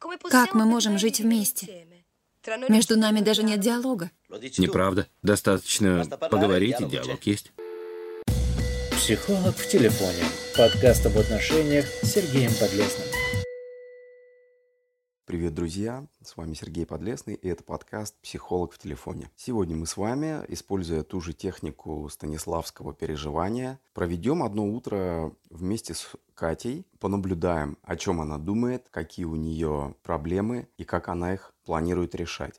Как мы можем жить вместе? Между нами даже нет диалога. Неправда. Достаточно поговорить, и диалог есть. «Психолог в телефоне». Подкаст об отношениях с Сергеем Подлесным. Привет, друзья! С вами Сергей Подлесный, и это подкаст «Психолог в телефоне». Сегодня мы с вами, используя ту же технику станиславского переживания, проведем одно утро вместе с Катей, понаблюдаем, о чем она думает, какие у нее проблемы и как она их планирует решать.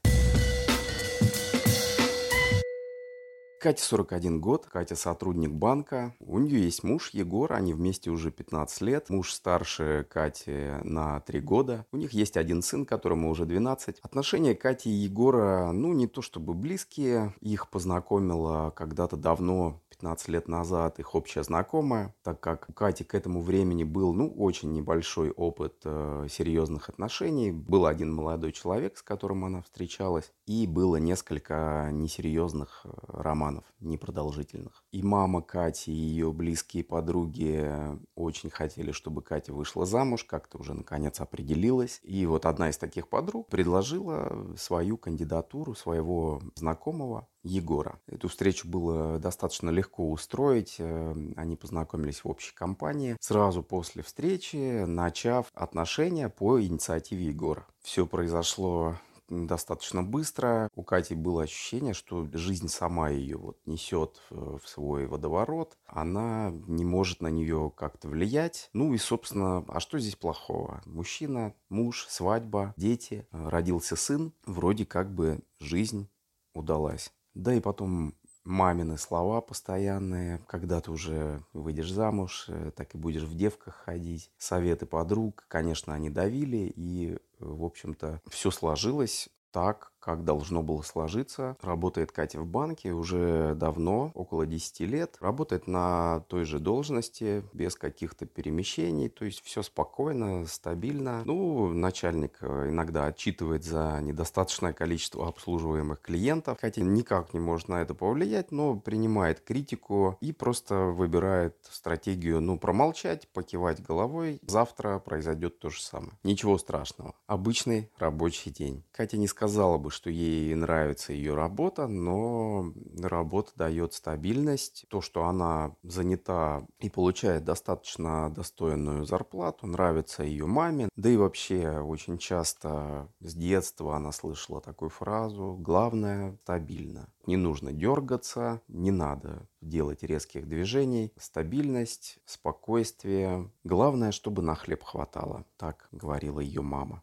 Кате 41 год, Катя сотрудник банка, у нее есть муж Егор, они вместе уже 15 лет, муж старше Кати на 3 года, у них есть один сын, которому уже 12. Отношения Кати и Егора, не то чтобы близкие, их познакомила когда-то давно, 15 лет назад, их общая знакомая, так как у Кати к этому времени был, очень небольшой опыт серьезных отношений. Был один молодой человек, с которым она встречалась, и было несколько несерьезных романов, непродолжительных. И мама Кати, и ее близкие подруги очень хотели, чтобы Катя вышла замуж, как-то уже наконец определилась. И вот одна из таких подруг предложила свою кандидатуру, своего знакомого Егора. Эту встречу было достаточно легко устроить. Они познакомились в общей компании. Сразу после встречи, начав отношения по инициативе Егора. Все произошло достаточно быстро. У Кати было ощущение, что жизнь сама ее несет в свой водоворот. Она не может на нее как-то влиять. И, собственно, а что здесь плохого? Мужчина, муж, свадьба, дети. Родился сын. Вроде как бы жизнь удалась. Да и потом мамины слова постоянные. Когда ты уже выйдешь замуж, так и будешь в девках ходить. Советы подруг, конечно, они давили. И, в общем-то, все сложилось так, как должно было сложиться. Работает Катя в банке уже давно, около 10 лет. Работает на той же должности, без каких-то перемещений. То есть все спокойно, стабильно. Начальник иногда отчитывает за недостаточное количество обслуживаемых клиентов. Катя никак не может на это повлиять, но принимает критику и просто выбирает стратегию, промолчать, покивать головой. Завтра произойдет то же самое. Ничего страшного. Обычный рабочий день. Катя не сказала бы, что ей нравится ее работа, но работа дает стабильность. То, что она занята и получает достаточно достойную зарплату, нравится ее маме. Да и вообще очень часто с детства она слышала такую фразу: главное — стабильно. Не нужно дергаться, не надо делать резких движений. Стабильность, спокойствие. Главное, чтобы на хлеб хватало. Так говорила ее мама.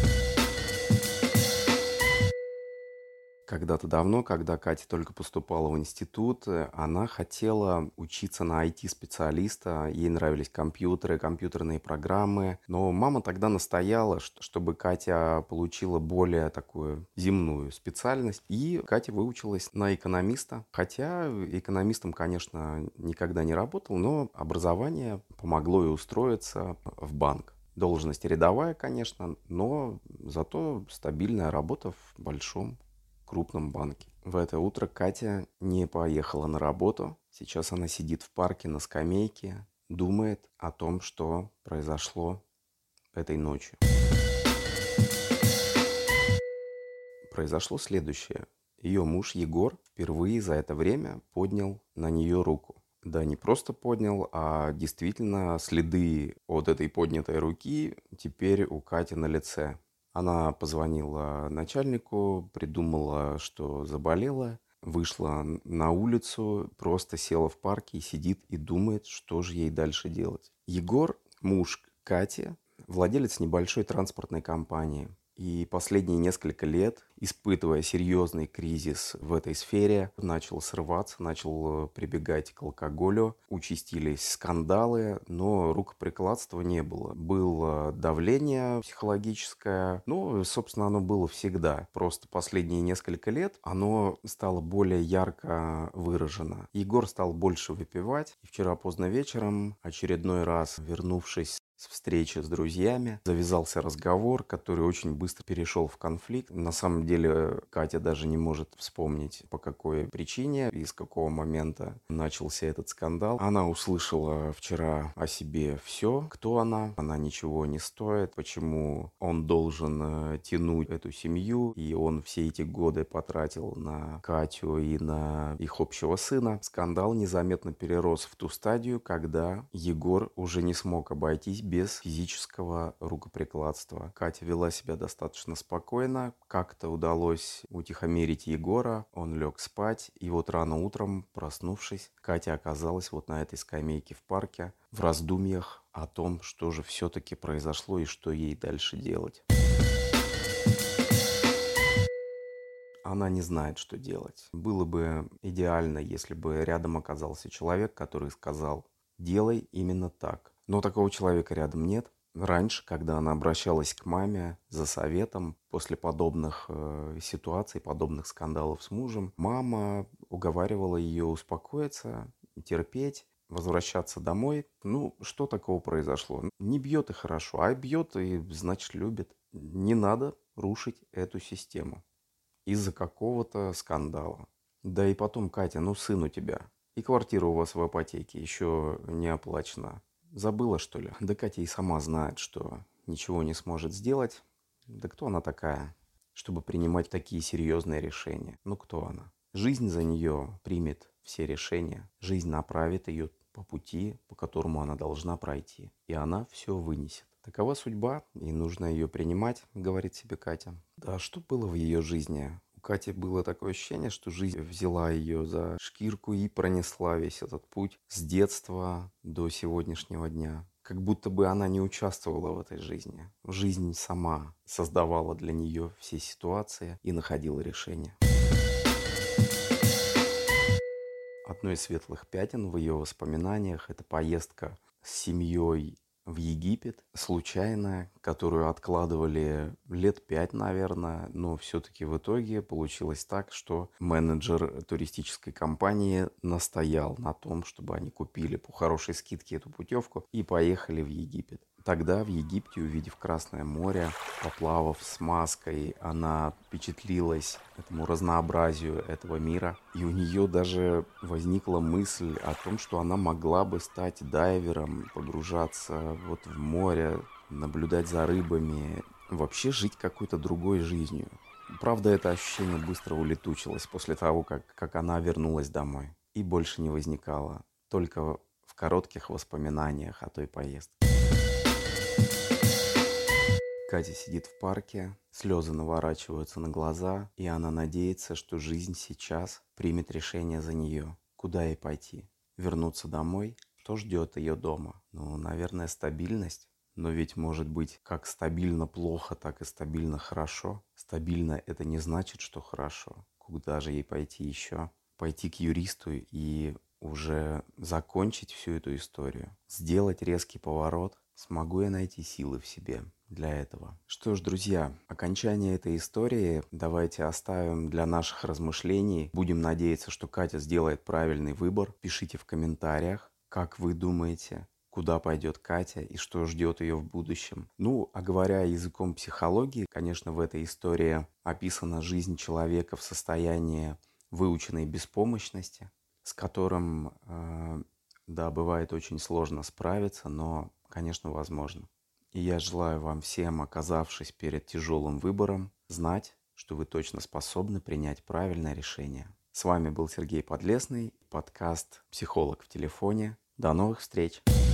Когда-то давно, когда Катя только поступала в институт, она хотела учиться на IT-специалиста. Ей нравились компьютеры, компьютерные программы. Но мама тогда настояла, чтобы Катя получила более такую земную специальность. И Катя выучилась на экономиста. Хотя экономистом, конечно, никогда не работал, но образование помогло ей устроиться в банк. Должность рядовая, конечно, но зато стабильная работа в большом крупном банке. В это утро Катя не поехала на работу. Сейчас она сидит в парке на скамейке, думает о том, что произошло этой ночью. Произошло следующее. Ее муж Егор впервые за это время поднял на нее руку. Да, не просто поднял, а действительно следы от этой поднятой руки теперь у Кати на лице. Она позвонила начальнику, придумала, что заболела, вышла на улицу, просто села в парке и сидит и думает, что же ей дальше делать. Егор, муж Кати, владелец небольшой транспортной компании. И последние несколько лет, испытывая серьезный кризис в этой сфере, начал срываться, начал прибегать к алкоголю, участились скандалы, но рукоприкладства не было. Было давление психологическое, собственно, оно было всегда. Просто последние несколько лет оно стало более ярко выражено. Егор стал больше выпивать. И вчера поздно вечером, очередной раз вернувшись с встречи с друзьями. Завязался разговор, который очень быстро перешел в конфликт. На самом деле Катя даже не может вспомнить, по какой причине и с какого момента начался этот скандал. Она услышала вчера о себе все, кто она ничего не стоит, почему он должен тянуть эту семью, и он все эти годы потратил на Катю и на их общего сына. Скандал незаметно перерос в ту стадию, когда Егор уже не смог обойтись без физического рукоприкладства. Катя вела себя достаточно спокойно. Как-то удалось утихомирить Егора. Он лег спать. И вот рано утром, проснувшись, Катя оказалась вот на этой скамейке в парке в раздумьях о том, что же все-таки произошло и что ей дальше делать. Она не знает, что делать. Было бы идеально, если бы рядом оказался человек, который сказал: «Делай именно так». Но такого человека рядом нет. Раньше, когда она обращалась к маме за советом после подобных ситуаций, подобных скандалов с мужем, мама уговаривала ее успокоиться, терпеть, возвращаться домой. Ну, что такого произошло? Не бьет и хорошо, а бьет и, значит, любит. Не надо рушить эту систему из-за какого-то скандала. Да и потом, Катя, ну сын у тебя. И квартира у вас в ипотеке еще не оплачена. Забыла, что ли? Да Катя и сама знает, что ничего не сможет сделать. Да кто она такая, чтобы принимать такие серьезные решения? Ну кто она? Жизнь за нее примет все решения. Жизнь направит ее по пути, по которому она должна пройти. И она все вынесет. Такова судьба, и нужно ее принимать, говорит себе Катя. Да что было в ее жизни? У Кати было такое ощущение, что жизнь взяла ее за шкирку и пронесла весь этот путь с детства до сегодняшнего дня. Как будто бы она не участвовала в этой жизни. Жизнь сама создавала для нее все ситуации и находила решения. Одной из светлых пятен в ее воспоминаниях — это поездка с семьей в Египет, случайная, которую откладывали лет 5, наверное, но все-таки в итоге получилось так, что менеджер туристической компании настоял на том, чтобы они купили по хорошей скидке эту путевку и поехали в Египет. Тогда в Египте, увидев Красное море, поплавав с маской, она впечатлилась этому разнообразию этого мира. И у нее даже возникла мысль о том, что она могла бы стать дайвером, погружаться вот в море, наблюдать за рыбами, вообще жить какой-то другой жизнью. Правда, это ощущение быстро улетучилось после того, как она вернулась домой. И больше не возникало, только в коротких воспоминаниях о той поездке. Катя сидит в парке, слезы наворачиваются на глаза, и она надеется, что жизнь сейчас примет решение за нее. Куда ей пойти? Вернуться домой? Что ждет ее дома? Ну, наверное, стабильность. Но ведь может быть как стабильно плохо, так и стабильно хорошо. Стабильно — это не значит, что хорошо. Куда же ей пойти еще? Пойти к юристу и уже закончить всю эту историю. Сделать резкий поворот. Смогу я найти силы в себе для этого? Что ж, друзья, окончание этой истории давайте оставим для наших размышлений. Будем надеяться, что Катя сделает правильный выбор. Пишите в комментариях, как вы думаете, куда пойдет Катя и что ждет ее в будущем. Ну, а говоря языком психологии, конечно, в этой истории описана жизнь человека в состоянии выученной беспомощности, с которым, да, бывает очень сложно справиться, но, конечно, возможно. И я желаю вам всем, оказавшись перед тяжелым выбором, знать, что вы точно способны принять правильное решение. С вами был Сергей Подлесный, подкаст «Психолог в телефоне». До новых встреч!